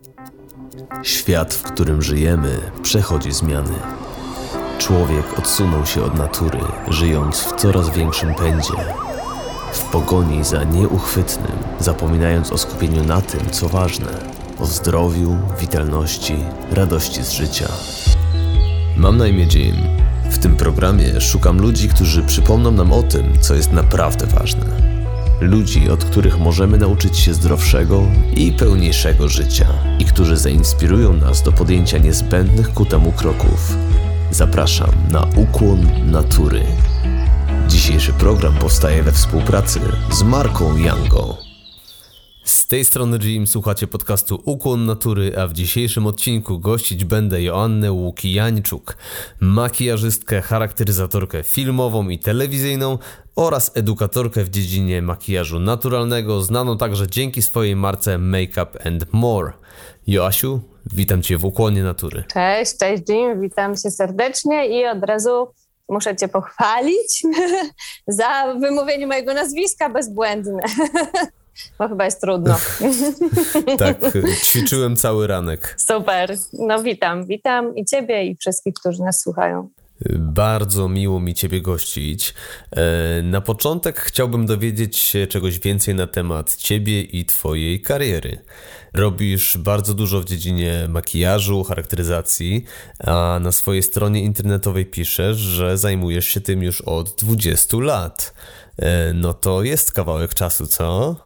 Świat, w którym żyjemy, przechodzi zmiany. Człowiek odsunął się od natury, żyjąc w coraz większym pędzie. W pogoni za nieuchwytnym, zapominając o skupieniu na tym, co ważne, o zdrowiu, witalności, radości z życia. Mam na imię Jim. W tym programie szukam ludzi, którzy przypomną nam o tym, co jest naprawdę ważne. Ludzi, od których możemy nauczyć się zdrowszego i pełniejszego życia i którzy zainspirują nas do podjęcia niezbędnych ku temu kroków. Zapraszam na Ukłon Natury. Dzisiejszy program powstaje we współpracy z marką Yango. Z tej strony Jim, słuchacie podcastu Ukłon Natury, a w dzisiejszym odcinku gościć będę Joannę Łukijańczuk, makijażystkę, charakteryzatorkę filmową i telewizyjną oraz edukatorkę w dziedzinie makijażu naturalnego, znaną także dzięki swojej marce Makeup & More. Joasiu, witam Cię w Ukłonie Natury. Cześć Jim, witam Cię serdecznie i od razu muszę Cię pochwalić za wymówienie mojego nazwiska bezbłędne. Bo chyba jest trudno. Tak, ćwiczyłem cały ranek. Super, no witam i Ciebie i wszystkich, którzy nas słuchają. Bardzo miło mi Ciebie gościć. Na początek chciałbym dowiedzieć się czegoś więcej na temat Ciebie i Twojej kariery. Robisz bardzo dużo w dziedzinie makijażu, charakteryzacji, a na swojej stronie internetowej piszesz, że zajmujesz się tym już od 20 lat. No to jest kawałek czasu, co?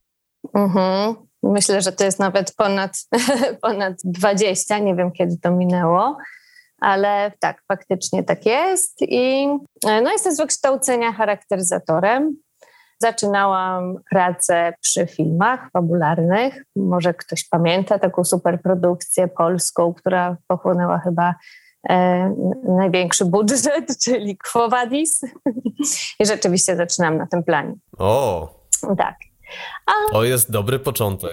Myślę, że to jest nawet ponad 20, nie wiem kiedy to minęło, ale tak, faktycznie tak jest i jestem z wykształcenia charakteryzatorem. Zaczynałam pracę przy filmach fabularnych, może ktoś pamięta taką superprodukcję polską, która pochłonęła chyba największy budżet, czyli Quo Vadis i rzeczywiście zaczynam na tym planie. O! Tak. To jest dobry początek.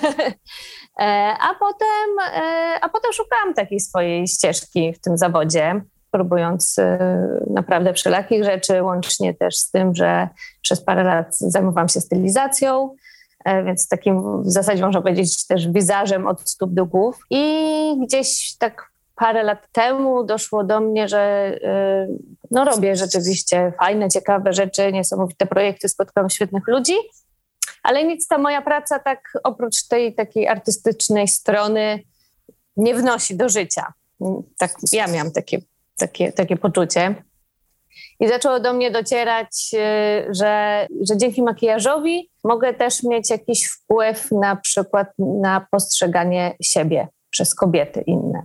A potem szukałam takiej swojej ścieżki w tym zawodzie, próbując naprawdę wszelakich rzeczy, łącznie też z tym, że przez parę lat zajmowałam się stylizacją, więc takim w zasadzie można powiedzieć też wizażem od stóp do głów. I gdzieś tak parę lat temu doszło do mnie, że robię rzeczywiście fajne, ciekawe rzeczy, niesamowite projekty, spotkałam świetnych ludzi, ale nic ta moja praca tak oprócz tej takiej artystycznej strony nie wnosi do życia. Tak, ja miałam takie poczucie. I zaczęło do mnie docierać, że dzięki makijażowi mogę też mieć jakiś wpływ na przykład na postrzeganie siebie przez kobiety inne.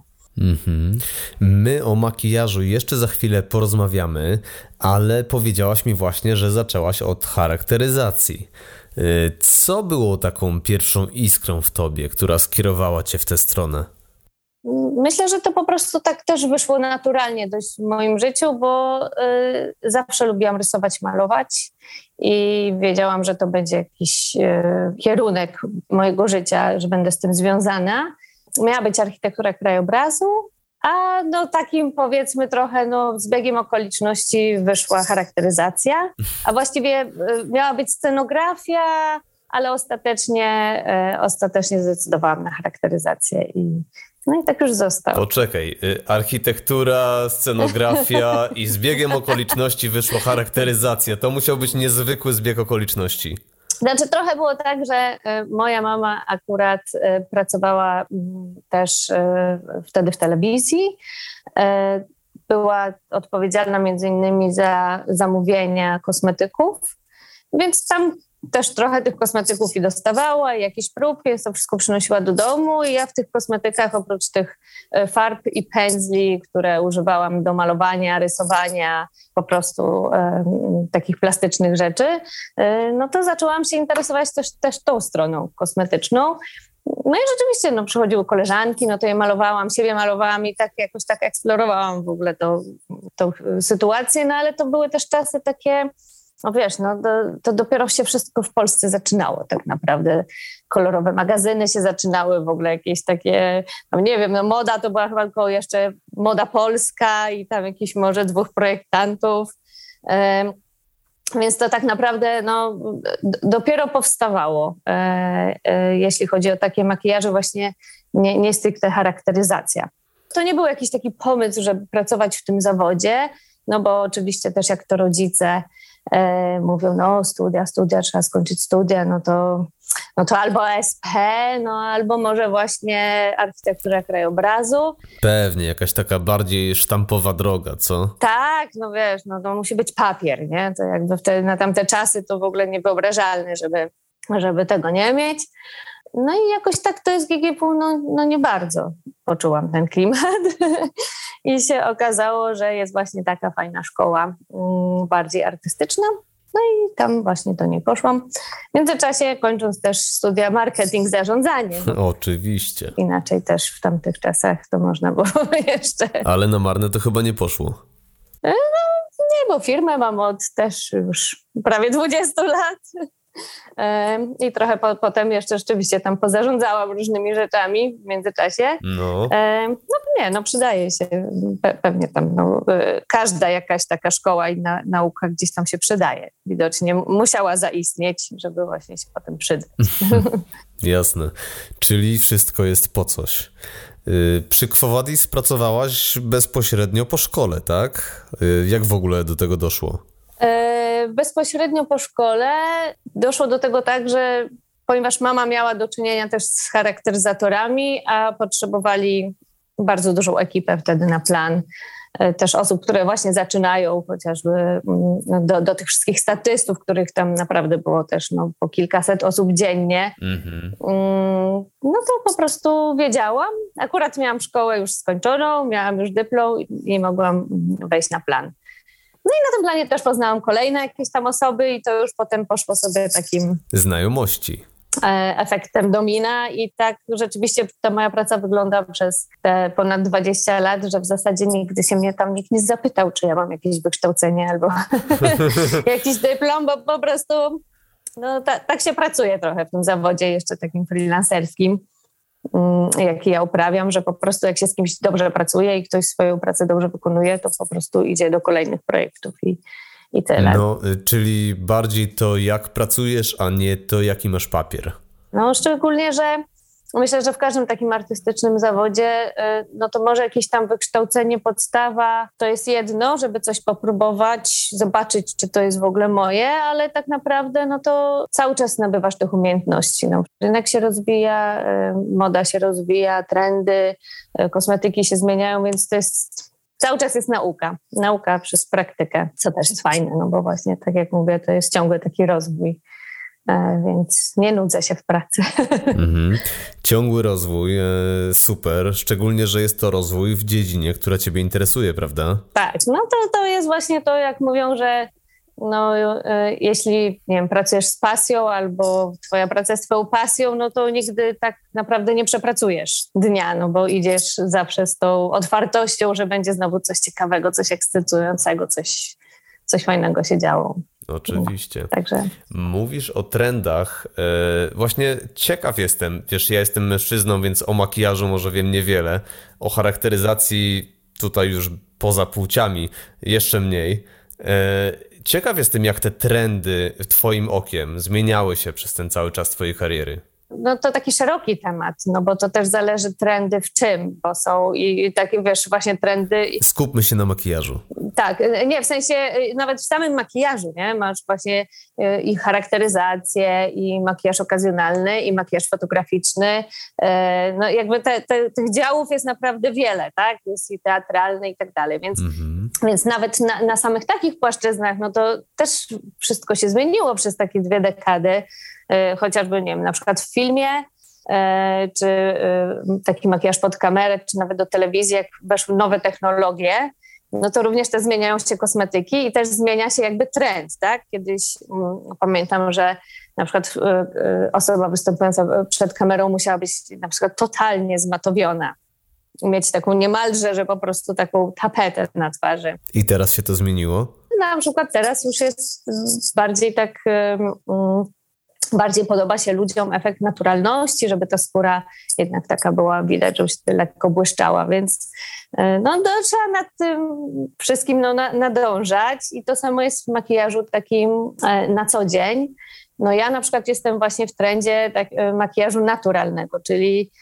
My o makijażu jeszcze za chwilę porozmawiamy, ale powiedziałaś mi właśnie, że zaczęłaś od charakteryzacji. Co było taką pierwszą iskrą w tobie, która skierowała cię w tę stronę? Myślę, że to po prostu tak też wyszło naturalnie dość w moim życiu, bo zawsze lubiłam rysować, malować i wiedziałam, że to będzie jakiś kierunek mojego życia, że będę z tym związana. Miała być architektura krajobrazu, a takim powiedzmy trochę z biegiem okoliczności wyszła charakteryzacja, a właściwie miała być scenografia, ale ostatecznie zdecydowałam na charakteryzację i tak już zostało. Poczekaj, architektura, scenografia i z biegiem okoliczności wyszła charakteryzacja. To musiał być niezwykły zbieg okoliczności. Znaczy trochę było tak, że moja mama akurat pracowała też wtedy w telewizji. Była odpowiedzialna między innymi za zamówienia kosmetyków, więc tam też trochę tych kosmetyków i dostawała i jakieś próbki, więc to wszystko przynosiła do domu i ja w tych kosmetykach oprócz tych farb i pędzli, które używałam do malowania, rysowania, po prostu takich plastycznych rzeczy, to zaczęłam się interesować też tą stroną kosmetyczną. No i rzeczywiście przychodziły koleżanki, to je malowałam, siebie malowałam i tak jakoś tak eksplorowałam w ogóle tą sytuację, ale to były też czasy takie, to dopiero się wszystko w Polsce zaczynało tak naprawdę. Kolorowe magazyny się zaczynały, w ogóle jakieś takie, moda to była chyba tylko jeszcze moda polska i tam jakiś może 2 projektantów. Więc to tak naprawdę dopiero powstawało, jeśli chodzi o takie makijaże właśnie nie stricte charakteryzacja. To nie był jakiś taki pomysł, żeby pracować w tym zawodzie, no bo oczywiście też jak to rodzice mówią, no studia, trzeba skończyć studia, no to albo ASP, no albo może właśnie architektura krajobrazu. Pewnie, jakaś taka bardziej sztampowa droga, co? Tak, no wiesz, no to musi być papier, nie? To jakby wtedy na tamte czasy to w ogóle niewyobrażalne, żeby tego nie mieć. No i jakoś tak to jest GGW, no nie bardzo poczułam ten klimat i się okazało, że jest właśnie taka fajna szkoła, bardziej artystyczna. No i tam właśnie do niej poszłam. W międzyczasie kończąc też studia marketing, zarządzanie. Oczywiście. Inaczej też w tamtych czasach to można było jeszcze. Ale na marne to chyba nie poszło. No nie, bo firmę mam od też już prawie 20 lat. I trochę potem jeszcze rzeczywiście tam pozarządzałam różnymi rzeczami w międzyczasie. No przydaje się. Pewnie tam każda jakaś taka szkoła i nauka gdzieś tam się przydaje. Widocznie musiała zaistnieć, żeby właśnie się potem przydać. Jasne. Czyli wszystko jest po coś. Przy Quo Vadis pracowałaś bezpośrednio po szkole, tak? Jak w ogóle do tego doszło? Bezpośrednio po szkole doszło do tego tak, że ponieważ mama miała do czynienia też z charakteryzatorami, a potrzebowali bardzo dużą ekipę wtedy na plan, też osób, które właśnie zaczynają chociażby do tych wszystkich statystów, których tam naprawdę było też po kilkaset osób dziennie. No to po prostu wiedziałam. Akurat miałam szkołę już skończoną, miałam już dyplom i mogłam wejść na plan. No i na tym planie też poznałam kolejne jakieś tam osoby i to już potem poszło sobie takim znajomości. Efektem domina i tak rzeczywiście ta moja praca wygląda przez te ponad 20 lat, że w zasadzie nigdy się mnie tam nikt nie zapytał, czy ja mam jakieś wykształcenie albo jakiś dyplom, bo po prostu tak się pracuje trochę w tym zawodzie jeszcze takim freelancerskim, jaki ja uprawiam, że po prostu jak się z kimś dobrze pracuje i ktoś swoją pracę dobrze wykonuje, to po prostu idzie do kolejnych projektów i tyle. No, czyli bardziej to, jak pracujesz, a nie to, jaki masz papier. No, szczególnie, że myślę, że w każdym takim artystycznym zawodzie, no to może jakieś tam wykształcenie, podstawa, to jest jedno, żeby coś popróbować, zobaczyć, czy to jest w ogóle moje, ale tak naprawdę, no to cały czas nabywasz tych umiejętności. No, rynek się rozwija, moda się rozwija, trendy, kosmetyki się zmieniają, więc to jest... Cały czas jest nauka przez praktykę, co też jest fajne, no bo właśnie, tak jak mówię, to jest ciągły taki rozwój, więc nie nudzę się w pracy. Ciągły rozwój, super, szczególnie, że jest to rozwój w dziedzinie, która ciebie interesuje, prawda? Tak, no to jest właśnie to, jak mówią, że jeśli, nie wiem, pracujesz z pasją albo twoja praca jest twoją pasją, no to nigdy tak naprawdę nie przepracujesz dnia, no bo idziesz zawsze z tą otwartością, że będzie znowu coś ciekawego, coś ekscytującego, coś fajnego się działo. Oczywiście. No, także... Mówisz o trendach. Właśnie ciekaw jestem, wiesz, ja jestem mężczyzną, więc o makijażu może wiem niewiele, o charakteryzacji tutaj już poza płciami jeszcze mniej. Ciekaw jestem, jak te trendy twoim okiem zmieniały się przez ten cały czas twojej kariery. No to taki szeroki temat, no bo to też zależy trendy w czym, bo są i takie, wiesz, właśnie trendy... Skupmy się na makijażu. Tak, nie, w sensie nawet w samym makijażu, nie? Masz właśnie i charakteryzację, i makijaż okazjonalny, i makijaż fotograficzny. No jakby tych działów jest naprawdę wiele, tak? Jest i teatralny i tak dalej, więc nawet na samych takich płaszczyznach, no to też wszystko się zmieniło przez takie 2 dekady. Chociażby, nie wiem, na przykład w filmie, czy taki makijaż pod kamerę, czy nawet do telewizji, jak weszły nowe technologie, no to również te zmieniają się kosmetyki i też zmienia się jakby trend, tak? Kiedyś pamiętam, że na przykład osoba występująca przed kamerą musiała być na przykład totalnie zmatowiona. Mieć taką niemalże, że po prostu taką tapetę na twarzy. I teraz się to zmieniło? Na przykład teraz już jest bardziej tak... Bardziej podoba się ludziom efekt naturalności, żeby ta skóra jednak taka była, widać, żeby się lekko błyszczała, więc trzeba nad tym wszystkim nadążać i to samo jest w makijażu takim na co dzień. No ja na przykład jestem właśnie w trendzie makijażu naturalnego, czyli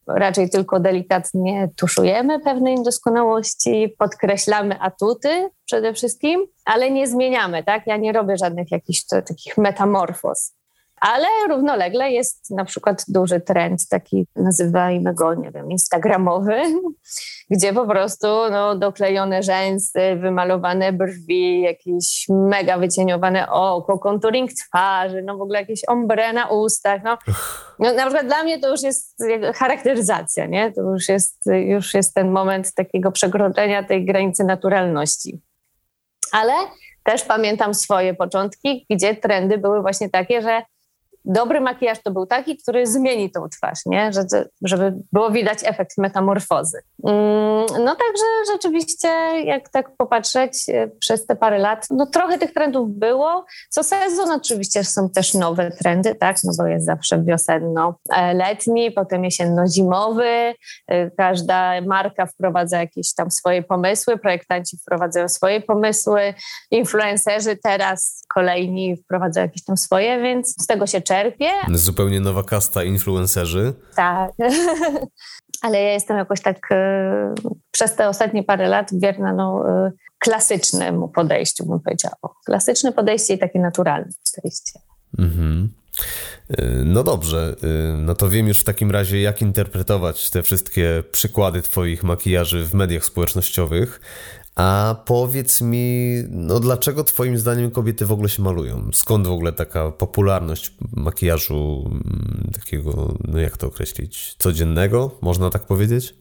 raczej tylko delikatnie tuszujemy pewne niedoskonałości, podkreślamy atuty przede wszystkim, ale nie zmieniamy, tak? Ja nie robię żadnych jakichś takich metamorfoz. Ale równolegle jest na przykład duży trend taki, nazywajmy go, nie wiem, instagramowy, gdzie po prostu doklejone rzęsy, wymalowane brwi, jakieś mega wycieniowane oko, konturing twarzy, w ogóle jakieś ombre na ustach. Na przykład dla mnie to już jest charakteryzacja, nie? To już jest ten moment takiego przekroczenia tej granicy naturalności. Ale też pamiętam swoje początki, gdzie trendy były właśnie takie, że dobry makijaż to był taki, który zmieni tą twarz, nie? Żeby było widać efekt metamorfozy. Także rzeczywiście, jak tak popatrzeć przez te parę lat, trochę tych trendów było. Co sezon oczywiście są też nowe trendy, tak? Bo jest zawsze wiosenno-letni, potem jesienno-zimowy. Każda marka wprowadza jakieś tam swoje pomysły, projektanci wprowadzają swoje pomysły, influencerzy teraz kolejni wprowadzają jakieś tam swoje, więc z tego się czerpie. Zupełnie nowa kasta influencerzy. Tak, ale ja jestem jakoś tak przez te ostatnie parę lat wierna klasycznemu podejściu, bym powiedziała. Klasyczne podejście i takie naturalne podejście. Mhm. No dobrze, to wiem już w takim razie, jak interpretować te wszystkie przykłady twoich makijaży w mediach społecznościowych. A powiedz mi, dlaczego twoim zdaniem kobiety w ogóle się malują? Skąd w ogóle taka popularność makijażu takiego, jak to określić, codziennego? Można tak powiedzieć?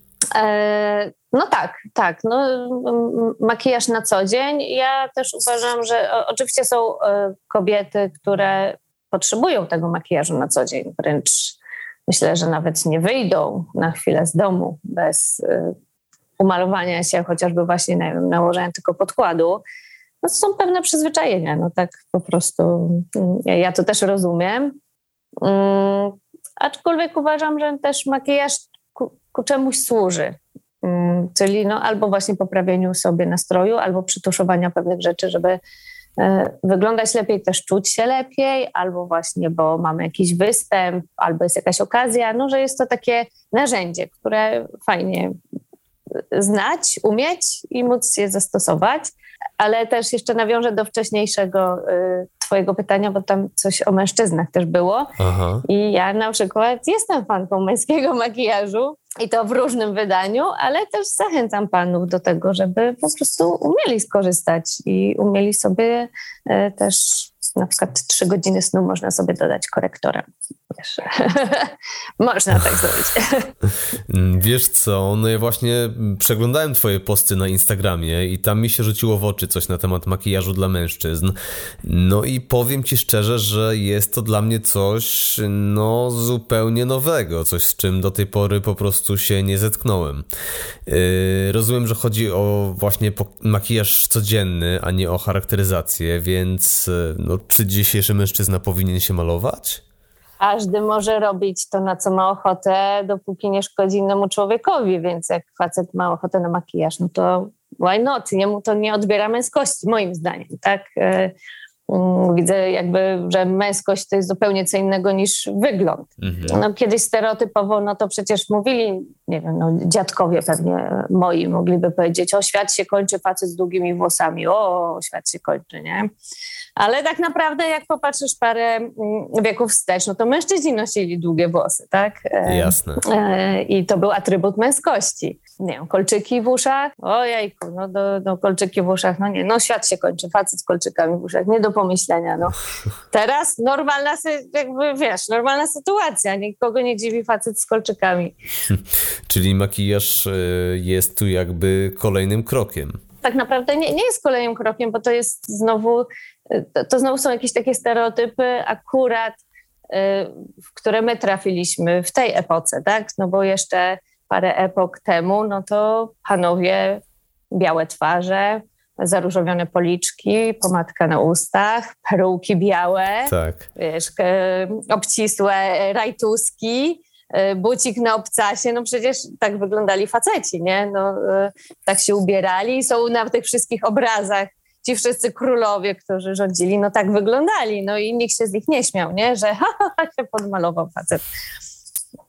Tak. Makijaż na co dzień. Ja też uważam, że oczywiście są kobiety, które potrzebują tego makijażu na co dzień. Wręcz myślę, że nawet nie wyjdą na chwilę z domu bez umalowania się, chociażby właśnie nałożenia tylko podkładu. To są pewne przyzwyczajenia, tak po prostu. Ja to też rozumiem. Aczkolwiek uważam, że też makijaż ku czemuś służy. Czyli albo właśnie poprawieniu sobie nastroju, albo przytuszowania pewnych rzeczy, żeby wyglądać lepiej, też czuć się lepiej, albo właśnie, bo mamy jakiś występ, albo jest jakaś okazja, że jest to takie narzędzie, które fajnie znać, umieć i móc je zastosować. Ale też jeszcze nawiążę do wcześniejszego twojego pytania, bo tam coś o mężczyznach też było. Aha. I ja na przykład jestem fanką męskiego makijażu i to w różnym wydaniu, ale też zachęcam panów do tego, żeby po prostu umieli skorzystać i umieli sobie też na przykład 3 godziny snu można sobie dodać korektorem. Wiesz, można tak zrobić. Wiesz co, ja właśnie przeglądałem twoje posty na Instagramie i tam mi się rzuciło w oczy coś na temat makijażu dla mężczyzn. I powiem ci szczerze, że jest to dla mnie coś zupełnie nowego, coś z czym do tej pory po prostu się nie zetknąłem. Rozumiem, że chodzi o właśnie makijaż codzienny, a nie o charakteryzację, więc czy dzisiejszy mężczyzna powinien się malować? Każdy może robić to, na co ma ochotę, dopóki nie szkodzi innemu człowiekowi, więc jak facet ma ochotę na makijaż, to why not? Jemu to nie odbiera męskości, moim zdaniem, tak? Widzę że męskość to jest zupełnie co innego niż wygląd. Mhm. Kiedyś stereotypowo, to przecież mówili, nie wiem, dziadkowie pewnie moi mogliby powiedzieć, świat się kończy, facet z długimi włosami, świat się kończy, nie? Ale tak naprawdę jak popatrzysz parę wieków wstecz, to mężczyźni nosili długie włosy, tak? Jasne. I to był atrybut męskości. Nie wiem, kolczyki w uszach, ojejku, kolczyki w uszach, nie, świat się kończy, facet z kolczykami w uszach, nie do pomyślenia, Teraz normalna sytuacja, nikogo nie dziwi facet z kolczykami. Czyli makijaż jest tu jakby kolejnym krokiem. Tak naprawdę nie jest kolejnym krokiem, bo to jest znowu są jakieś takie stereotypy akurat, w które my trafiliśmy w tej epoce, tak? Bo jeszcze parę epok temu, to panowie, białe twarze, zaróżowione policzki, pomadka na ustach, peruki białe, tak. Wiesz, obcisłe rajtuski, bucik na obcasie, przecież tak wyglądali faceci, nie? Tak się ubierali, są na tych wszystkich obrazach ci wszyscy królowie, którzy rządzili, tak wyglądali, i nikt się z nich nie śmiał, nie? Że się podmalował facet.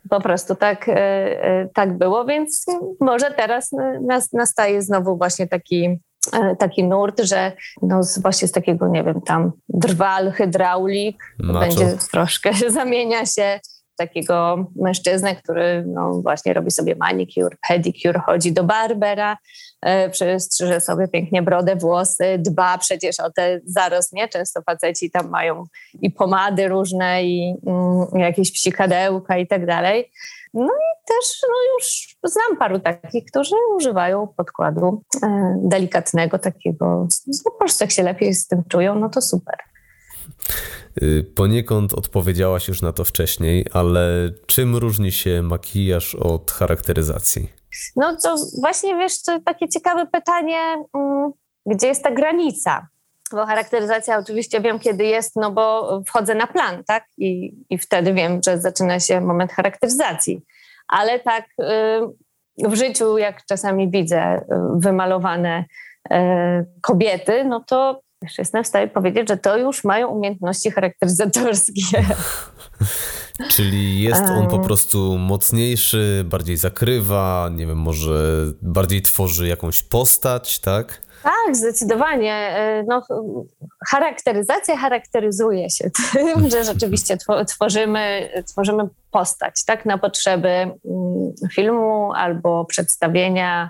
Po prostu tak było, więc może teraz nastaje znowu właśnie taki nurt, że właśnie z takiego, nie wiem, tam drwal, hydraulik, będzie troszkę, zamienia się w takiego mężczyznę, który właśnie robi sobie manicure, pedicure, chodzi do barbera, strzyże sobie pięknie brodę, włosy, dba przecież o te zarost, nie? Często faceci tam mają i pomady różne i jakieś psikadełka i tak dalej. No i też już znam paru takich, którzy używają podkładu delikatnego takiego. Po prostu jak się lepiej z tym czują, no to super. Poniekąd odpowiedziałaś już na to wcześniej, ale czym różni się makijaż od charakteryzacji? No to właśnie, wiesz, to takie ciekawe pytanie, gdzie jest ta granica? Bo charakteryzacja oczywiście wiem, kiedy jest, no bo wchodzę na plan, tak? I wtedy wiem, że zaczyna się moment charakteryzacji. Ale tak w życiu, jak czasami widzę wymalowane kobiety, no to już jestem w stanie powiedzieć, że to już mają umiejętności charakteryzatorskie. Czyli jest on po prostu mocniejszy, bardziej zakrywa, nie wiem, może bardziej tworzy jakąś postać, tak? Tak, zdecydowanie. No, charakteryzacja charakteryzuje się tym, że rzeczywiście tworzymy postać, tak, na potrzeby filmu albo przedstawienia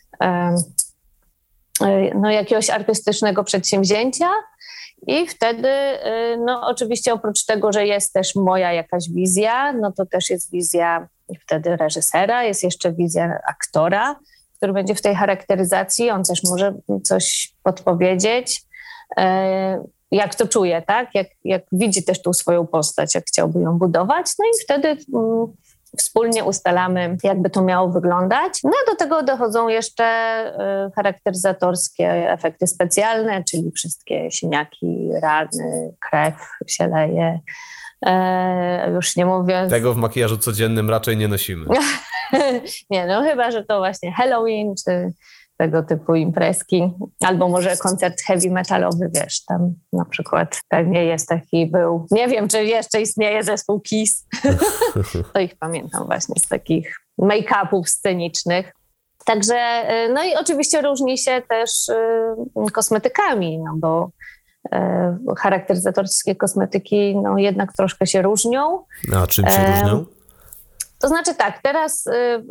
jakiegoś artystycznego przedsięwzięcia. I wtedy, oczywiście oprócz tego, że jest też moja jakaś wizja, no to też jest wizja wtedy reżysera, jest jeszcze wizja aktora, który będzie w tej charakteryzacji, on też może coś podpowiedzieć, jak to czuje, tak? Jak widzi też tą swoją postać, jak chciałby ją budować. No i wtedy wspólnie ustalamy, jakby to miało wyglądać. No a do tego dochodzą jeszcze charakteryzatorskie efekty specjalne, czyli wszystkie siniaki, rany, krew się leje. Już nie mówiąc... Tego w makijażu codziennym raczej nie nosimy. Nie, no chyba, że to właśnie Halloween, czy tego typu imprezki, albo może koncert heavy metalowy, wiesz, tam na przykład pewnie jest taki, był, nie wiem, czy jeszcze istnieje zespół Kiss, to ich pamiętam właśnie z takich make-upów scenicznych. Także, no i oczywiście różni się też kosmetykami, no bo charakteryzatorskie kosmetyki no jednak troszkę się różnią. A czym się różnią? To znaczy tak, teraz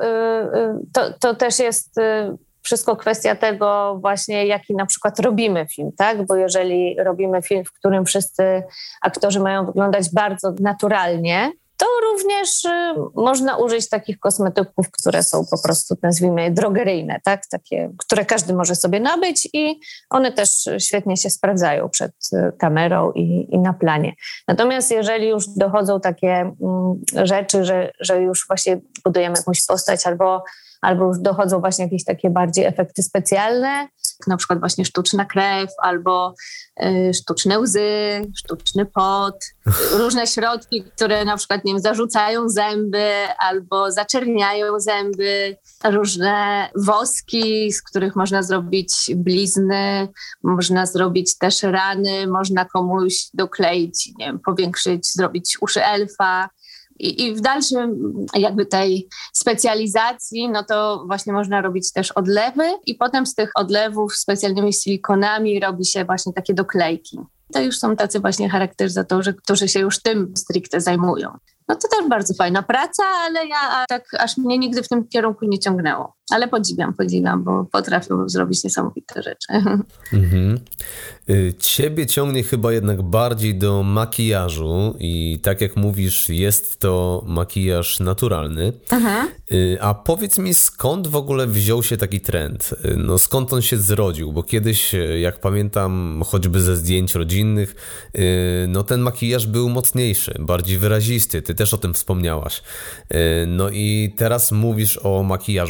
to też jest wszystko kwestia tego właśnie, jaki na przykład robimy film, tak? Bo jeżeli robimy film, w którym wszyscy aktorzy mają wyglądać bardzo naturalnie, to również można użyć takich kosmetyków, które są po prostu, nazwijmy je, drogeryjne, tak? Takie, które każdy może sobie nabyć i one też świetnie się sprawdzają przed kamerą i na planie. Natomiast jeżeli już dochodzą takie rzeczy, że już właśnie budujemy jakąś postać albo już dochodzą właśnie jakieś takie bardziej efekty specjalne, na przykład właśnie sztuczna krew albo sztuczne łzy, sztuczny pot, różne środki, które na przykład, nie wiem, zarzucają zęby albo zaczerniają zęby, różne woski, z których można zrobić blizny, można zrobić też rany, można komuś dokleić, nie wiem, powiększyć, zrobić uszy elfa. I w dalszym jakby tej specjalizacji, no to właśnie można robić też odlewy i potem z tych odlewów specjalnymi silikonami robi się właśnie takie doklejki. To już są tacy właśnie charakteryzatorzy, którzy się już tym stricte zajmują. No to też bardzo fajna praca, ale ja tak aż mnie nigdy w tym kierunku nie ciągnęło. Ale podziwiam, bo potrafią zrobić niesamowite rzeczy. Mhm. Ciebie ciągnie chyba jednak bardziej do makijażu i tak jak mówisz, jest to makijaż naturalny. Aha. A powiedz mi, skąd w ogóle wziął się taki trend? No skąd on się zrodził? Bo kiedyś, jak pamiętam, choćby ze zdjęć rodzinnych, no ten makijaż był mocniejszy, bardziej wyrazisty. Ty też o tym wspomniałaś. No i teraz mówisz o makijażu naturalnym.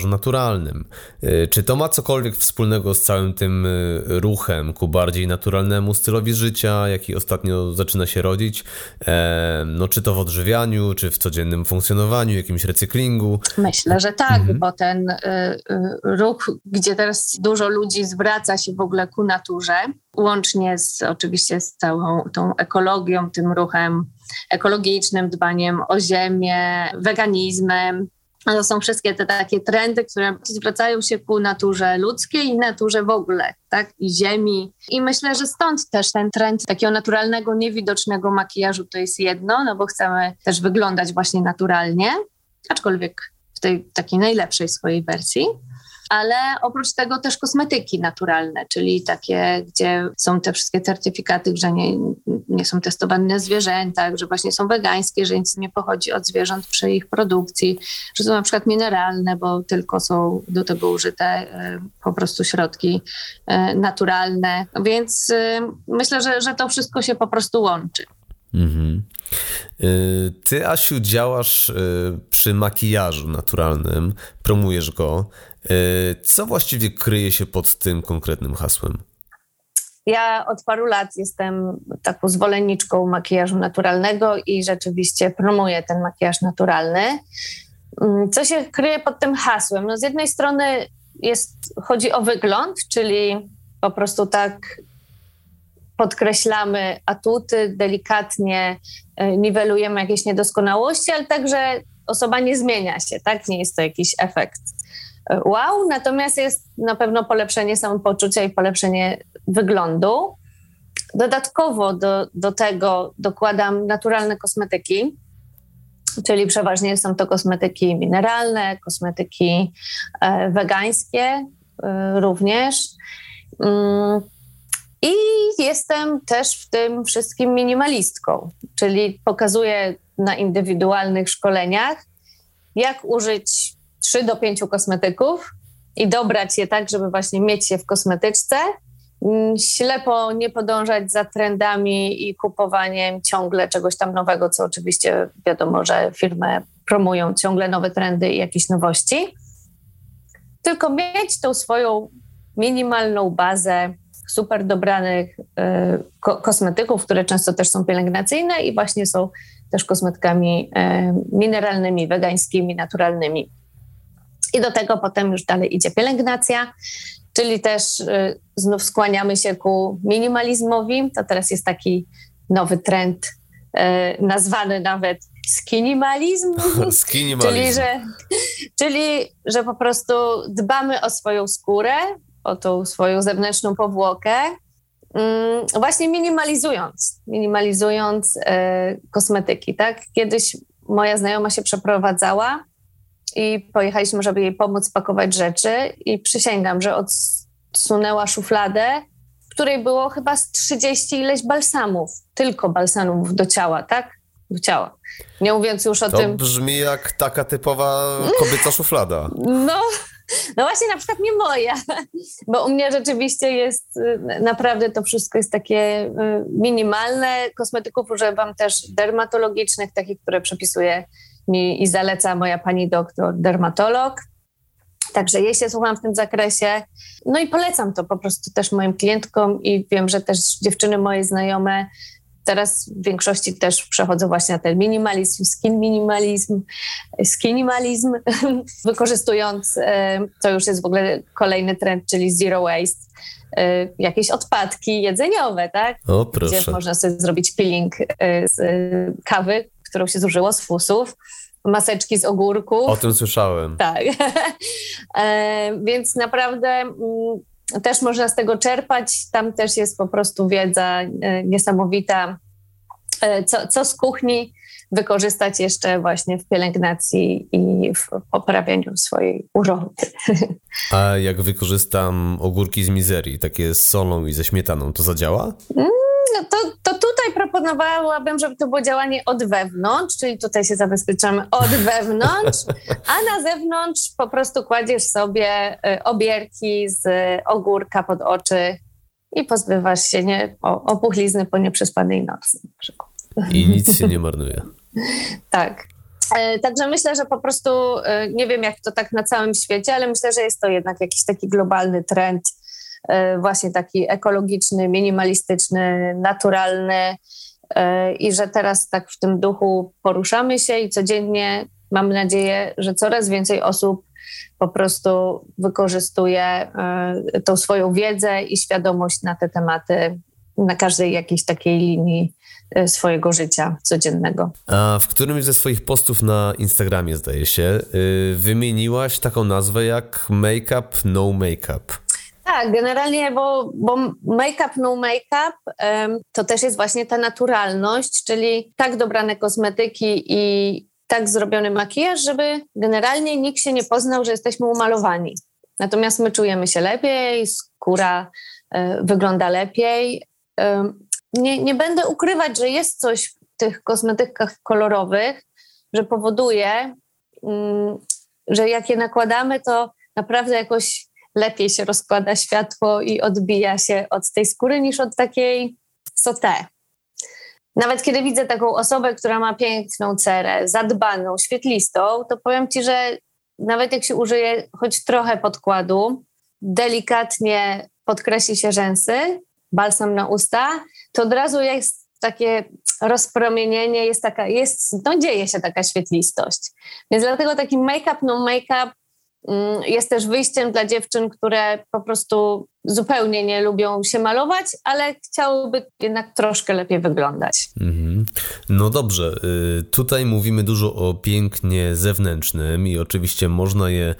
naturalnym. Czy to ma cokolwiek wspólnego z całym tym ruchem ku bardziej naturalnemu stylowi życia, jaki ostatnio zaczyna się rodzić? Czy to w odżywianiu, czy w codziennym funkcjonowaniu, jakimś recyklingu? Myślę, że tak, bo ten ruch, gdzie teraz dużo ludzi zwraca się w ogóle ku naturze, łącznie oczywiście z całą tą ekologią, tym ruchem ekologicznym, dbaniem o ziemię, weganizmem. To są wszystkie te takie trendy, które zwracają się ku naturze ludzkiej i naturze w ogóle, tak? I ziemi. I myślę, że stąd też ten trend takiego naturalnego, niewidocznego makijażu to jest jedno, no bo chcemy też wyglądać właśnie naturalnie, aczkolwiek w tej takiej najlepszej swojej wersji. Ale oprócz tego też kosmetyki naturalne, czyli takie, gdzie są te wszystkie certyfikaty, że nie są testowane na zwierzętach, że właśnie są wegańskie, że nic nie pochodzi od zwierząt przy ich produkcji, że są na przykład mineralne, bo tylko są do tego użyte po prostu środki naturalne. Więc myślę, że to wszystko się po prostu łączy. Mhm. Ty, Asiu, działasz przy makijażu naturalnym, promujesz go. Co właściwie kryje się pod tym konkretnym hasłem? Ja od paru lat jestem taką zwolenniczką makijażu naturalnego i rzeczywiście promuję ten makijaż naturalny. Co się kryje pod tym hasłem? No z jednej strony chodzi o wygląd, czyli po prostu tak podkreślamy atuty, delikatnie niwelujemy jakieś niedoskonałości, ale także osoba nie zmienia się, tak? Nie jest to jakiś efekt wow, natomiast jest na pewno polepszenie samopoczucia i polepszenie wyglądu. Dodatkowo do tego dokładam naturalne kosmetyki, czyli przeważnie są to kosmetyki mineralne, kosmetyki wegańskie również. I jestem też w tym wszystkim minimalistką, czyli pokazuję na indywidualnych szkoleniach, jak użyć 3 do 5 kosmetyków i dobrać je tak, żeby właśnie mieć je w kosmetyczce, ślepo nie podążać za trendami i kupowaniem ciągle czegoś tam nowego, co oczywiście wiadomo, że firmy promują ciągle nowe trendy i jakieś nowości, tylko mieć tą swoją minimalną bazę super dobranych kosmetyków, które często też są pielęgnacyjne i właśnie są też kosmetykami mineralnymi, wegańskimi, naturalnymi. I do tego potem już dalej idzie pielęgnacja, czyli też znów skłaniamy się ku minimalizmowi. To teraz jest taki nowy trend nazwany nawet skinimalizm. czyli że po prostu dbamy o swoją skórę, o tą swoją zewnętrzną powłokę, właśnie minimalizując kosmetyki. Tak? Kiedyś moja znajoma się przeprowadzała i pojechaliśmy, żeby jej pomóc pakować rzeczy i przysięgam, że odsunęła szufladę, w której było chyba z 30 ileś balsamów, tylko balsamów do ciała, tak? Do ciała. Nie mówiąc już o tym... To brzmi jak taka typowa kobieca szuflada. No właśnie, na przykład nie moja, bo u mnie rzeczywiście jest naprawdę to wszystko jest takie minimalne. Kosmetyków używam też dermatologicznych, takich, które przepisuje mi i zaleca moja pani doktor dermatolog. Także jej się słucham w tym zakresie. No i polecam to po prostu też moim klientkom i wiem, że też dziewczyny moje znajome teraz w większości też przechodzą właśnie na ten minimalizm, skinimalizm, wykorzystując, to już jest w ogóle kolejny trend, czyli zero waste, jakieś odpadki jedzeniowe, tak? O, proszę. Gdzie można sobie zrobić peeling z kawy, którą się zużyło, z fusów, maseczki z ogórków. O tym słyszałem. Tak. Więc naprawdę też można z tego czerpać. Tam też jest po prostu wiedza niesamowita, co z kuchni wykorzystać jeszcze właśnie w pielęgnacji i w poprawianiu swojej urody. A jak wykorzystam ogórki z mizerii, takie z solą i ze śmietaną, to zadziała? To tutaj proponowałabym, żeby to było działanie od wewnątrz, czyli tutaj się zabezpieczamy od wewnątrz, a na zewnątrz po prostu kładziesz sobie obierki z ogórka pod oczy i pozbywasz się opuchlizny po nieprzespanej nocy na przykład. I nic się nie marnuje. Tak. Także myślę, że po prostu nie wiem, jak to tak na całym świecie, ale myślę, że jest to jednak jakiś taki globalny trend, właśnie taki ekologiczny, minimalistyczny, naturalny i że teraz tak w tym duchu poruszamy się i codziennie mam nadzieję, że coraz więcej osób po prostu wykorzystuje tą swoją wiedzę i świadomość na te tematy na każdej jakiejś takiej linii swojego życia codziennego. A w którymś ze swoich postów na Instagramie, zdaje się, wymieniłaś taką nazwę jak make-up, no make-up. Tak, generalnie, bo make-up, no make-up to też jest właśnie ta naturalność, czyli tak dobrane kosmetyki i tak zrobiony makijaż, żeby generalnie nikt się nie poznał, że jesteśmy umalowani. Natomiast my czujemy się lepiej, skóra wygląda lepiej. Nie będę ukrywać, że jest coś w tych kosmetykach kolorowych, że powoduje, że jak je nakładamy, to naprawdę jakoś lepiej się rozkłada światło i odbija się od tej skóry niż od takiej sauté. Nawet kiedy widzę taką osobę, która ma piękną cerę, zadbaną, świetlistą, to powiem Ci, że nawet jak się użyje choć trochę podkładu, delikatnie podkreśli się rzęsy, balsam na usta, to od razu jest takie rozpromienienie, dzieje się taka świetlistość. Więc dlatego taki make-up, no make-up jest też wyjściem dla dziewczyn, które po prostu zupełnie nie lubią się malować, ale chciałyby jednak troszkę lepiej wyglądać. No dobrze, tutaj mówimy dużo o pięknie zewnętrznym i oczywiście można je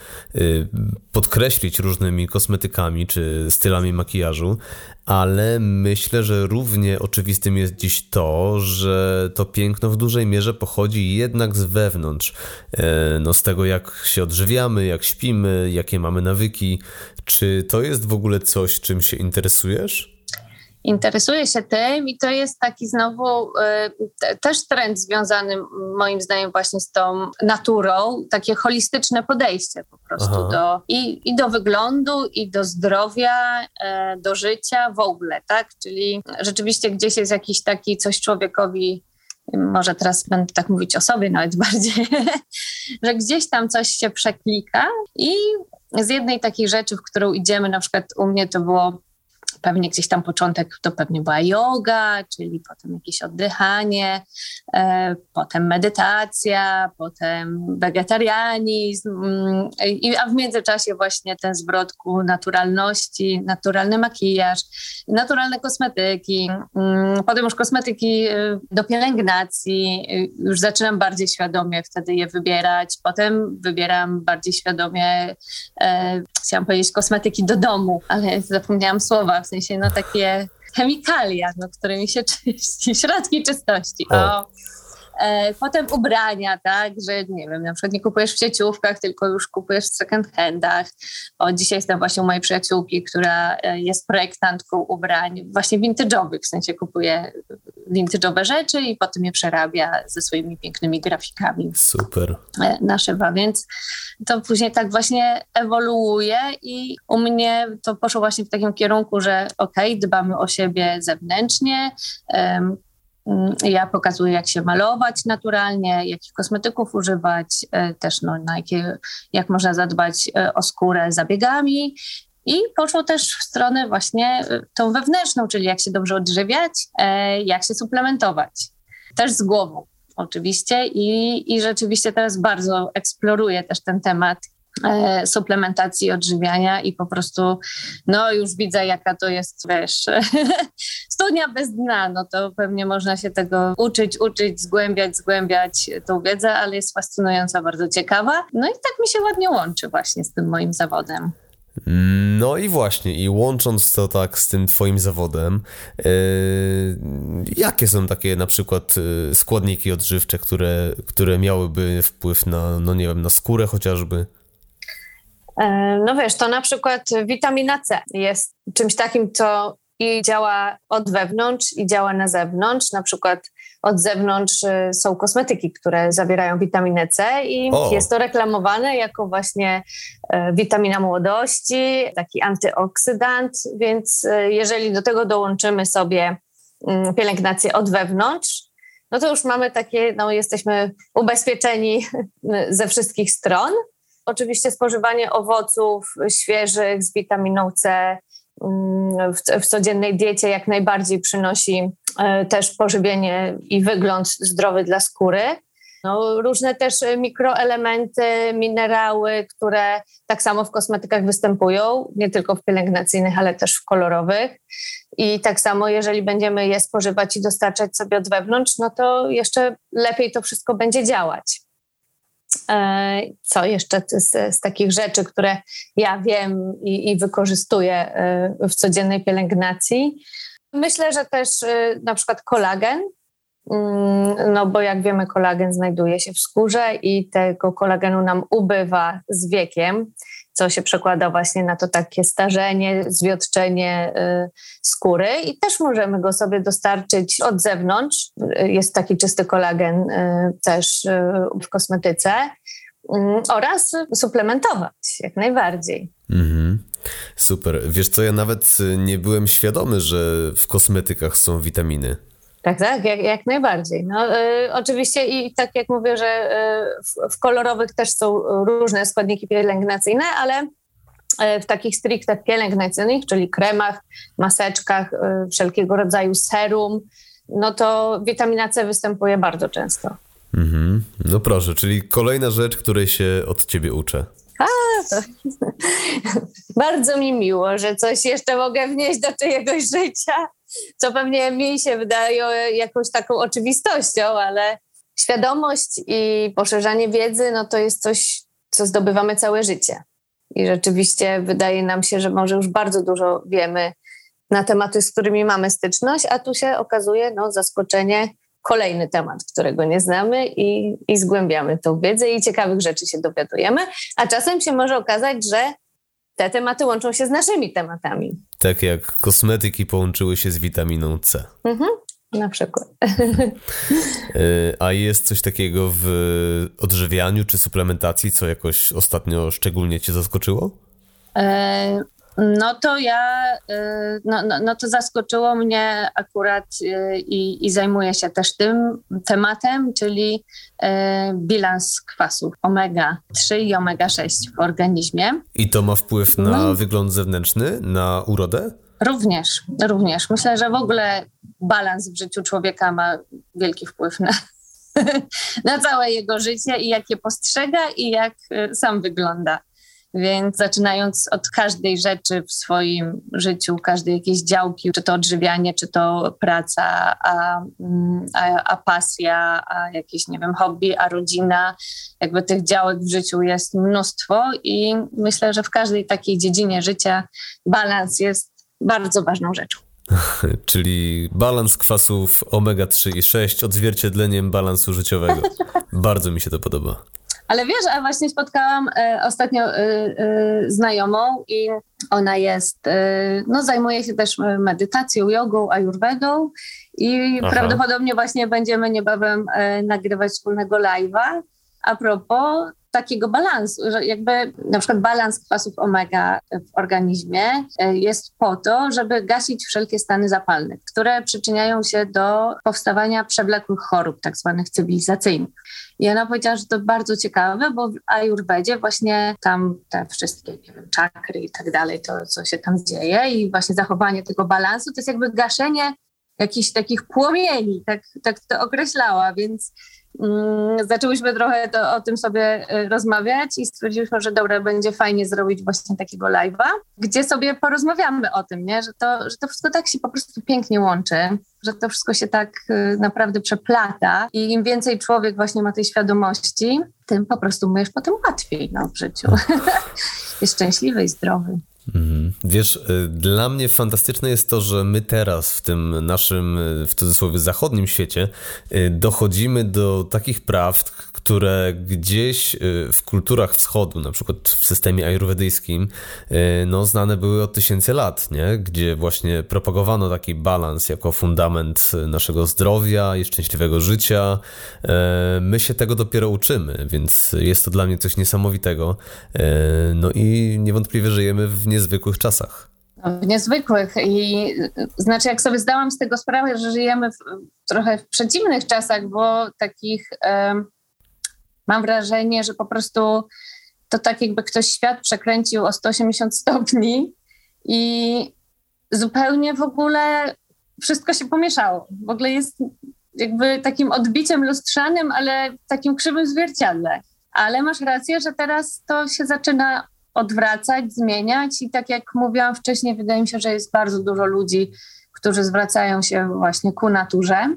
podkreślić różnymi kosmetykami czy stylami makijażu, ale myślę, że równie oczywistym jest dziś to, że to piękno w dużej mierze pochodzi jednak z wewnątrz. Z tego, jak się odżywiamy, jak śpimy, jakie mamy nawyki. Czy to jest w ogóle coś, czym się interesujesz? Interesuję się tym i to jest taki znowu też trend związany moim zdaniem właśnie z tą naturą, takie holistyczne podejście po prostu do wyglądu i do zdrowia, do życia w ogóle, tak? Czyli rzeczywiście gdzieś jest jakiś taki coś człowiekowi, może teraz będę tak mówić o sobie nawet bardziej, że gdzieś tam coś się przeklika i z jednej takiej rzeczy, w którą idziemy, na przykład u mnie to było pewnie gdzieś tam początek, to pewnie była yoga, czyli potem jakieś oddychanie, potem medytacja, potem wegetarianizm, a w międzyczasie właśnie ten zwrot ku naturalności, naturalny makijaż, naturalne kosmetyki, potem już kosmetyki do pielęgnacji, już zaczynam bardziej świadomie wtedy je wybierać, potem wybieram bardziej świadomie, chciałam powiedzieć kosmetyki do domu, ale zapomniałam słowa, w sensie takie chemikalia, którymi się czyści, środki czystości. Potem ubrania, tak, że nie wiem, na przykład nie kupujesz w sieciówkach, tylko już kupujesz w second handach. Dzisiaj jestem właśnie u mojej przyjaciółki, która jest projektantką ubrań właśnie vintage'owych, w sensie kupuje vintage'owe rzeczy i potem je przerabia ze swoimi pięknymi grafikami. Super. Naszywa, więc to później tak właśnie ewoluuje i u mnie to poszło właśnie w takim kierunku, że dbamy o siebie zewnętrznie, ja pokazuję, jak się malować naturalnie, jakich kosmetyków używać, też jak można zadbać o skórę zabiegami. I poszło też w stronę właśnie tą wewnętrzną, czyli jak się dobrze odżywiać, jak się suplementować. Też z głową oczywiście i rzeczywiście teraz bardzo eksploruję też ten temat suplementacji, odżywiania i po prostu już widzę, jaka to jest, studnia bez dna, to pewnie można się tego uczyć, zgłębiać tą wiedzę, ale jest fascynująca, bardzo ciekawa. I tak mi się ładnie łączy właśnie z tym moim zawodem. No i właśnie, i łącząc to tak z tym twoim zawodem, jakie są takie na przykład składniki odżywcze, które miałyby wpływ na, na skórę chociażby? To na przykład witamina C jest czymś takim, co i działa od wewnątrz i działa na zewnątrz. Na przykład od zewnątrz są kosmetyki, które zawierają witaminę C i jest to reklamowane jako właśnie witamina młodości, taki antyoksydant, więc jeżeli do tego dołączymy sobie pielęgnację od wewnątrz, no to już mamy takie, no jesteśmy ubezpieczeni ze wszystkich stron. Oczywiście spożywanie owoców świeżych z witaminą C w codziennej diecie jak najbardziej przynosi też pożywienie i wygląd zdrowy dla skóry. No, różne też mikroelementy, minerały, które tak samo w kosmetykach występują, nie tylko w pielęgnacyjnych, ale też w kolorowych. I tak samo, jeżeli będziemy je spożywać i dostarczać sobie od wewnątrz, no to jeszcze lepiej to wszystko będzie działać. Co jeszcze z takich rzeczy, które ja wiem i wykorzystuję w codziennej pielęgnacji? Myślę, że też na przykład kolagen, no bo jak wiemy, kolagen znajduje się w skórze i tego kolagenu nam ubywa z wiekiem, co się przekłada właśnie na to takie starzenie, zwiotczenie skóry i też możemy go sobie dostarczyć od zewnątrz. Jest taki czysty kolagen też w kosmetyce oraz suplementować jak najbardziej. Super. Wiesz co, ja nawet nie byłem świadomy, że w kosmetykach są witaminy. Tak, jak najbardziej. No, oczywiście i tak jak mówię, że w kolorowych też są różne składniki pielęgnacyjne, ale w takich stricte pielęgnacyjnych, czyli kremach, maseczkach, wszelkiego rodzaju serum, no to witamina C występuje bardzo często. No proszę, czyli kolejna rzecz, której się od ciebie uczę. To bardzo mi miło, że coś jeszcze mogę wnieść do czyjegoś życia, co pewnie mi się wydaje jakąś taką oczywistością, ale świadomość i poszerzanie wiedzy, no to jest coś, co zdobywamy całe życie. I rzeczywiście wydaje nam się, że może już bardzo dużo wiemy na tematy, z którymi mamy styczność, a tu się okazuje, no zaskoczenie, kolejny temat, którego nie znamy i zgłębiamy tą wiedzę i ciekawych rzeczy się dowiadujemy, a czasem się może okazać, że te tematy łączą się z naszymi tematami. Tak jak kosmetyki połączyły się z witaminą C. Na przykład. A jest coś takiego w odżywianiu czy suplementacji, co jakoś ostatnio szczególnie cię zaskoczyło? No to zaskoczyło mnie akurat i zajmuję się też tym tematem, czyli bilans kwasów omega-3 i omega-6 w organizmie. I to ma wpływ na wygląd zewnętrzny, na urodę? Również. Myślę, że w ogóle balans w życiu człowieka ma wielki wpływ na całe jego życie i jak je postrzega i jak sam wygląda. Więc zaczynając od każdej rzeczy w swoim życiu, każdej jakiejś działki, czy to odżywianie, czy to praca, a pasja, a jakieś, nie wiem, hobby, a rodzina, jakby tych działek w życiu jest mnóstwo i myślę, że w każdej takiej dziedzinie życia balans jest bardzo ważną rzeczą. Czyli balans kwasów omega-3 i 6 odzwierciedleniem balansu życiowego. Bardzo mi się to podoba. Ale wiesz, a właśnie spotkałam ostatnio znajomą i ona jest, zajmuje się też medytacją, jogą, ajurwedą i prawdopodobnie właśnie będziemy niebawem nagrywać wspólnego live'a a propos takiego balansu, że jakby na przykład balans kwasów omega w organizmie jest po to, żeby gasić wszelkie stany zapalne, które przyczyniają się do powstawania przewlekłych chorób, tak zwanych cywilizacyjnych. I ona powiedziała, że to bardzo ciekawe, bo w ajurwedzie właśnie tam te wszystkie, nie wiem, czakry i tak dalej, to co się tam dzieje i właśnie zachowanie tego balansu, to jest jakby gaszenie jakichś takich płomieni, tak to określała, więc zaczęłyśmy trochę o tym sobie rozmawiać i stwierdziliśmy, że dobra, będzie fajnie zrobić właśnie takiego live'a, gdzie sobie porozmawiamy o tym, nie? Że to wszystko tak się po prostu pięknie łączy, że to wszystko się tak naprawdę przeplata i im więcej człowiek właśnie ma tej świadomości, tym po prostu mu jest potem łatwiej w życiu. Jest szczęśliwy i zdrowy. Wiesz, dla mnie fantastyczne jest to, że my teraz w tym naszym, w cudzysłowie, zachodnim świecie dochodzimy do takich prawd, które gdzieś w kulturach wschodu, na przykład w systemie ajurwedyjskim, znane były od tysięcy lat, nie? Gdzie właśnie propagowano taki balans jako fundament naszego zdrowia i szczęśliwego życia. My się tego dopiero uczymy, więc jest to dla mnie coś niesamowitego. I niewątpliwie żyjemy w niezwykłych czasach. W niezwykłych. I znaczy, jak sobie zdałam z tego sprawę, że żyjemy trochę w przeciwnych czasach, bo takich mam wrażenie, że po prostu to tak jakby ktoś świat przekręcił o 180 stopni i zupełnie w ogóle wszystko się pomieszało. W ogóle jest jakby takim odbiciem lustrzanym, ale w takim krzywym zwierciadle. Ale masz rację, że teraz to się zaczyna odwracać, zmieniać i tak jak mówiłam wcześniej, wydaje mi się, że jest bardzo dużo ludzi, którzy zwracają się właśnie ku naturze.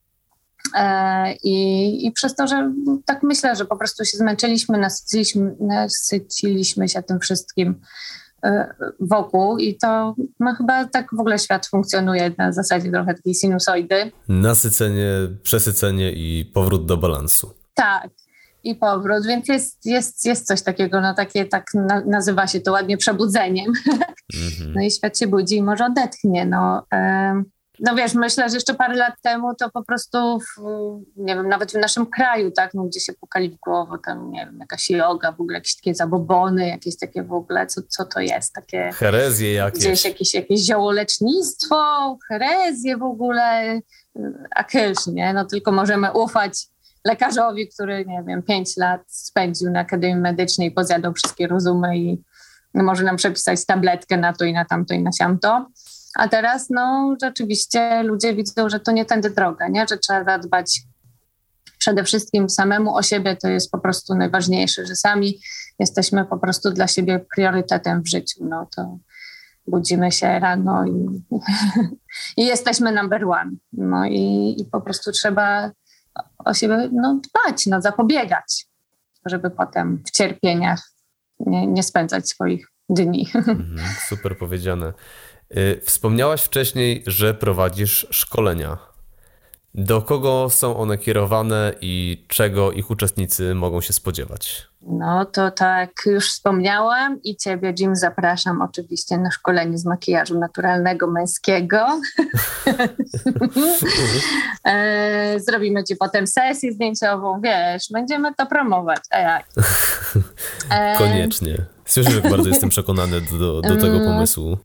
I przez to, że tak myślę, że po prostu się zmęczyliśmy, nasyciliśmy się tym wszystkim wokół i to chyba tak w ogóle świat funkcjonuje na zasadzie trochę takiej sinusoidy. Nasycenie, przesycenie i powrót do balansu. Tak. I powrót, więc jest coś takiego, nazywa się to ładnie przebudzeniem. No i świat się budzi i może odetchnie. No wiesz, myślę, że jeszcze parę lat temu to po prostu, nie wiem, nawet w naszym kraju, tak, gdzie się pukali w głowę, tam, nie wiem, jakaś joga, w ogóle jakieś takie zabobony, jakieś takie w ogóle, co to jest, takie... Herezje jakieś. Gdzieś jakieś ziołolecznictwo, herezje w ogóle, a kysz, nie? No tylko możemy ufać lekarzowi, który, nie wiem, 5 lat spędził na Akademii Medycznej, pozjadał wszystkie rozumy i może nam przepisać tabletkę na to i na tamto i na siamto. A teraz, rzeczywiście ludzie widzą, że to nie tędy droga, nie? Że trzeba zadbać przede wszystkim samemu o siebie, to jest po prostu najważniejsze, że sami jesteśmy po prostu dla siebie priorytetem w życiu. No to budzimy się rano i jesteśmy number one. No i po prostu trzeba o siebie dbać, zapobiegać, żeby potem w cierpieniach nie spędzać swoich dni. Super powiedziane. Wspomniałaś wcześniej, że prowadzisz szkolenia. Do kogo są one kierowane i czego ich uczestnicy mogą się spodziewać? No to tak już wspomniałam i ciebie, Jim, zapraszam oczywiście na szkolenie z makijażu naturalnego męskiego. Zrobimy ci potem sesję zdjęciową, wiesz, będziemy to promować, a jak? Koniecznie. Słyszę, jak bardzo jestem przekonany do tego pomysłu.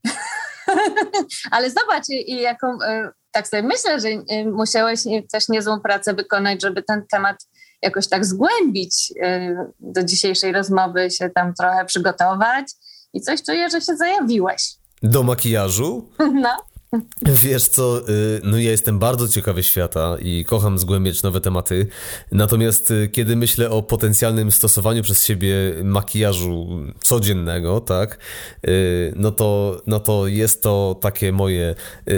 Ale zobacz, jaką, tak sobie myślę, że musiałeś też niezłą pracę wykonać, żeby ten temat jakoś tak zgłębić, do dzisiejszej rozmowy się tam trochę przygotować i coś czuję, że się zajawiłeś. Do makijażu? No. Wiesz co, ja jestem bardzo ciekawy świata i kocham zgłębiać nowe tematy, natomiast kiedy myślę o potencjalnym stosowaniu przez siebie makijażu codziennego, tak, no to jest to takie moje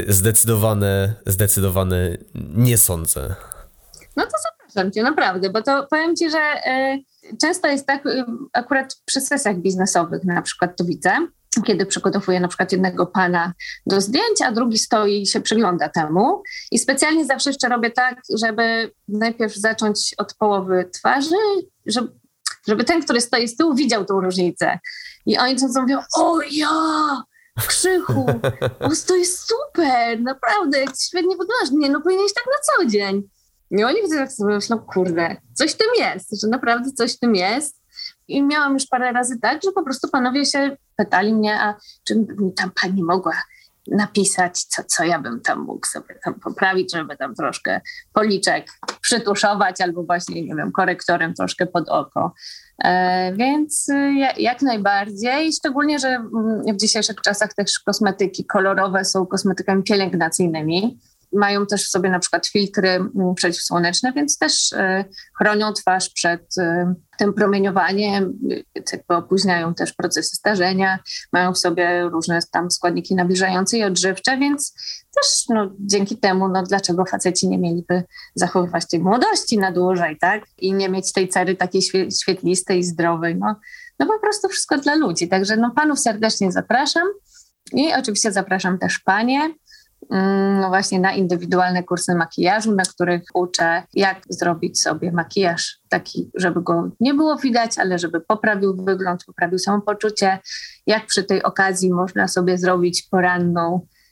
zdecydowane nie sądzę. No to zapraszam cię, naprawdę, bo to powiem ci, że często jest tak, akurat przy sesjach biznesowych na przykład to widzę, kiedy przygotowuję na przykład jednego pana do zdjęć, a drugi stoi i się przygląda temu. I specjalnie zawsze jeszcze robię tak, żeby najpierw zacząć od połowy twarzy, żeby ten, który stoi z tyłu, widział tą różnicę. I oni często mówią, o ja, Krzychu, to jest super, naprawdę, jak świetnie wyglądasz. Nie, powinieneś tak na co dzień. I oni tak sobie myślą, kurde, coś w tym jest, że naprawdę coś w tym jest. I miałam już parę razy tak, że po prostu panowie się pytali mnie, a czy mi tam pani mogła napisać, co ja bym tam mógł sobie tam poprawić, żeby tam troszkę policzek przytuszować albo właśnie, nie wiem, korektorem troszkę pod oko. Więc jak najbardziej, szczególnie, że w dzisiejszych czasach też kosmetyki kolorowe są kosmetykami pielęgnacyjnymi. Mają też w sobie na przykład filtry przeciwsłoneczne, więc też chronią twarz przed tym promieniowaniem, jakby opóźniają też procesy starzenia, mają w sobie różne tam składniki nawilżające i odżywcze, więc też dzięki temu, dlaczego faceci nie mieliby zachowywać tej młodości na dłużej, tak? I nie mieć tej cery takiej świetlistej i zdrowej. No po prostu wszystko dla ludzi. Także panów serdecznie zapraszam i oczywiście zapraszam też panie, właśnie na indywidualne kursy makijażu, na których uczę, jak zrobić sobie makijaż taki, żeby go nie było widać, ale żeby poprawił wygląd, poprawił samopoczucie, jak przy tej okazji można sobie zrobić poranną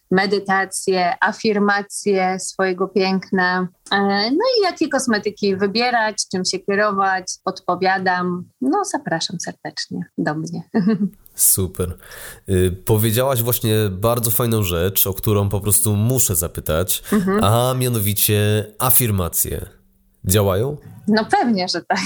medytacje, afirmacje swojego piękna. No i jakie kosmetyki wybierać, czym się kierować, podpowiadam. No zapraszam serdecznie do mnie. Super. Powiedziałaś właśnie bardzo fajną rzecz, o którą po prostu muszę zapytać, a mianowicie afirmacje. Działają? No pewnie, że tak.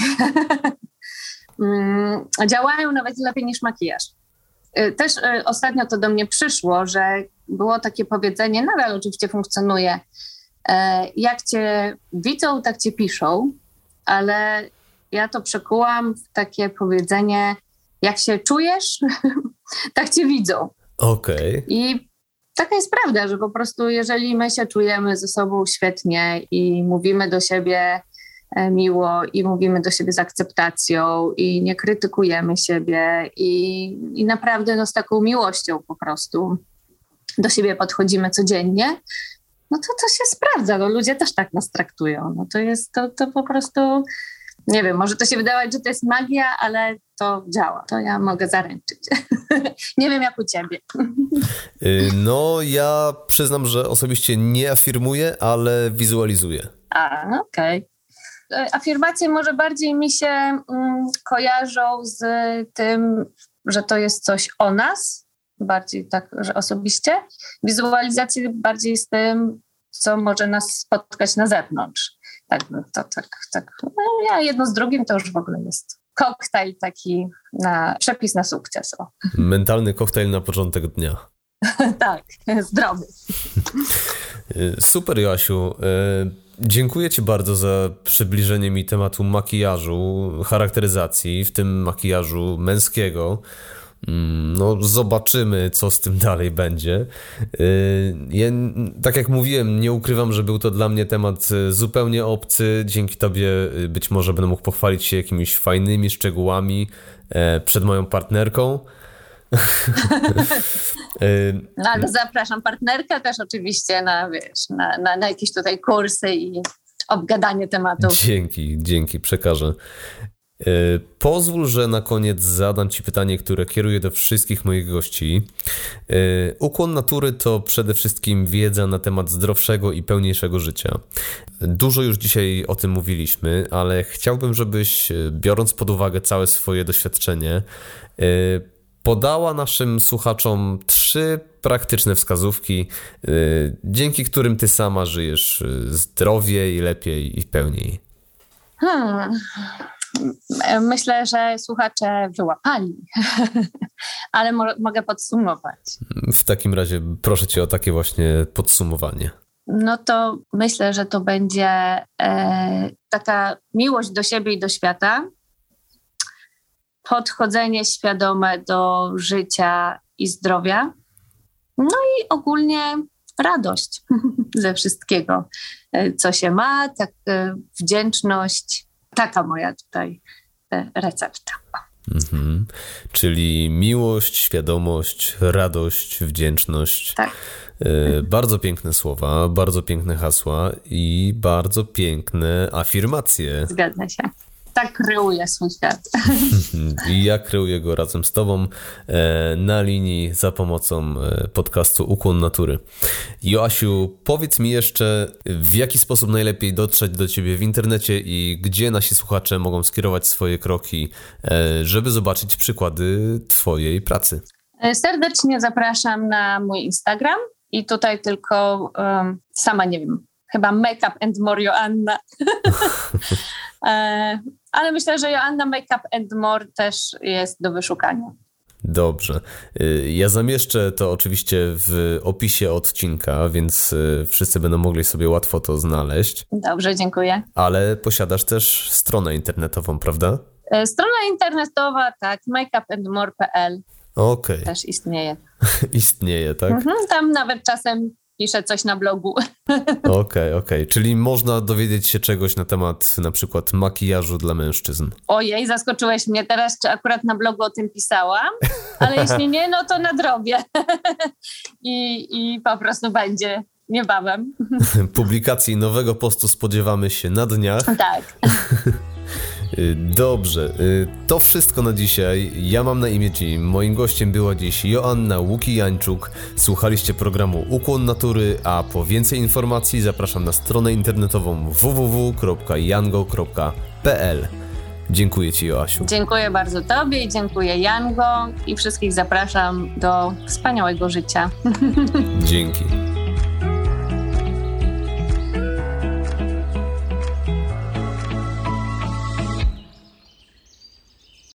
Działają nawet lepiej niż makijaż. Też ostatnio to do mnie przyszło, że było takie powiedzenie, nadal oczywiście funkcjonuje, jak cię widzą, tak cię piszą, ale ja to przekułam w takie powiedzenie, jak się czujesz, tak cię widzą. Okej. I taka jest prawda, że po prostu jeżeli my się czujemy ze sobą świetnie i mówimy do siebie miło i mówimy do siebie z akceptacją i nie krytykujemy siebie i naprawdę no, z taką miłością po prostu do siebie podchodzimy codziennie, no to się sprawdza. No, ludzie też tak nas traktują. No, to jest to po prostu, nie wiem, może to się wydawać, że to jest magia, ale to działa. To ja mogę zaręczyć. Nie wiem jak u ciebie. No ja przyznam, że osobiście nie afirmuję, ale wizualizuję. Okej. Afirmacje może bardziej mi się kojarzą z tym, że to jest coś o nas, bardziej tak, że osobiście. Wizualizacje bardziej z tym, co może nas spotkać na zewnątrz. Tak. No, ja jedno z drugim to już w ogóle jest koktajl taki, przepis na sukces. O. Mentalny koktajl na początek dnia. Tak, zdrowy. Super, Joasiu. Dziękuję ci bardzo za przybliżenie mi tematu makijażu, charakteryzacji, w tym makijażu męskiego. No, zobaczymy, co z tym dalej będzie. Ja, tak jak mówiłem, nie ukrywam, że był to dla mnie temat zupełnie obcy. Dzięki tobie być może będę mógł pochwalić się jakimiś fajnymi szczegółami przed moją partnerką. No ale zapraszam partnerkę też oczywiście na jakieś tutaj kursy i obgadanie tematu. Dzięki, przekażę. Pozwól, że na koniec zadam ci pytanie, które kieruję do wszystkich moich gości. Ukłon natury to przede wszystkim wiedza na temat zdrowszego i pełniejszego życia. Dużo już dzisiaj o tym mówiliśmy, ale chciałbym, żebyś, biorąc pod uwagę całe swoje doświadczenie, podała naszym słuchaczom 3 praktyczne wskazówki, dzięki którym ty sama żyjesz zdrowiej, lepiej i pełniej. Myślę, że słuchacze wyłapali, ale mogę podsumować. W takim razie proszę cię o takie właśnie podsumowanie. No to myślę, że to będzie taka miłość do siebie i do świata, podchodzenie świadome do życia i zdrowia, no i ogólnie radość ze wszystkiego, co się ma, tak, wdzięczność. Taka moja tutaj recepta. Czyli miłość, świadomość, radość, wdzięczność. Tak. Bardzo piękne słowa, bardzo piękne hasła i bardzo piękne afirmacje. Zgadza się. Tak kreuję swój świat. I ja kreuję go razem z tobą na linii za pomocą podcastu Ukłon Natury. Joasiu, powiedz mi jeszcze, w jaki sposób najlepiej dotrzeć do ciebie w internecie i gdzie nasi słuchacze mogą skierować swoje kroki, żeby zobaczyć przykłady twojej pracy. Serdecznie zapraszam na mój Instagram i tutaj tylko sama nie wiem, chyba Makeup and More Joanna. Ale myślę, że Joanna Makeup and More też jest do wyszukania. Dobrze. Ja zamieszczę to oczywiście w opisie odcinka, więc wszyscy będą mogli sobie łatwo to znaleźć. Dobrze, dziękuję. Ale posiadasz też stronę internetową, prawda? Strona internetowa, tak, makeupandmore.pl. Okej. Też istnieje. Istnieje, tak? Tam nawet czasem piszę coś na blogu. Okej. Czyli można dowiedzieć się czegoś na temat na przykład makijażu dla mężczyzn. Ojej, zaskoczyłeś mnie teraz, czy akurat na blogu o tym pisałam, ale jeśli nie, no to nadrobię. I po prostu będzie niebawem. Publikacji nowego postu spodziewamy się na dniach. Tak. Dobrze, to wszystko na dzisiaj. Ja mam na imię Jim. Moim gościem była dziś Joanna Łukijańczuk. Słuchaliście programu Ukłon Natury, a po więcej informacji zapraszam na stronę internetową www.jango.pl. Dziękuję Ci, Joasiu. Dziękuję bardzo Tobie i dziękuję Jango i wszystkich zapraszam do wspaniałego życia. Dzięki.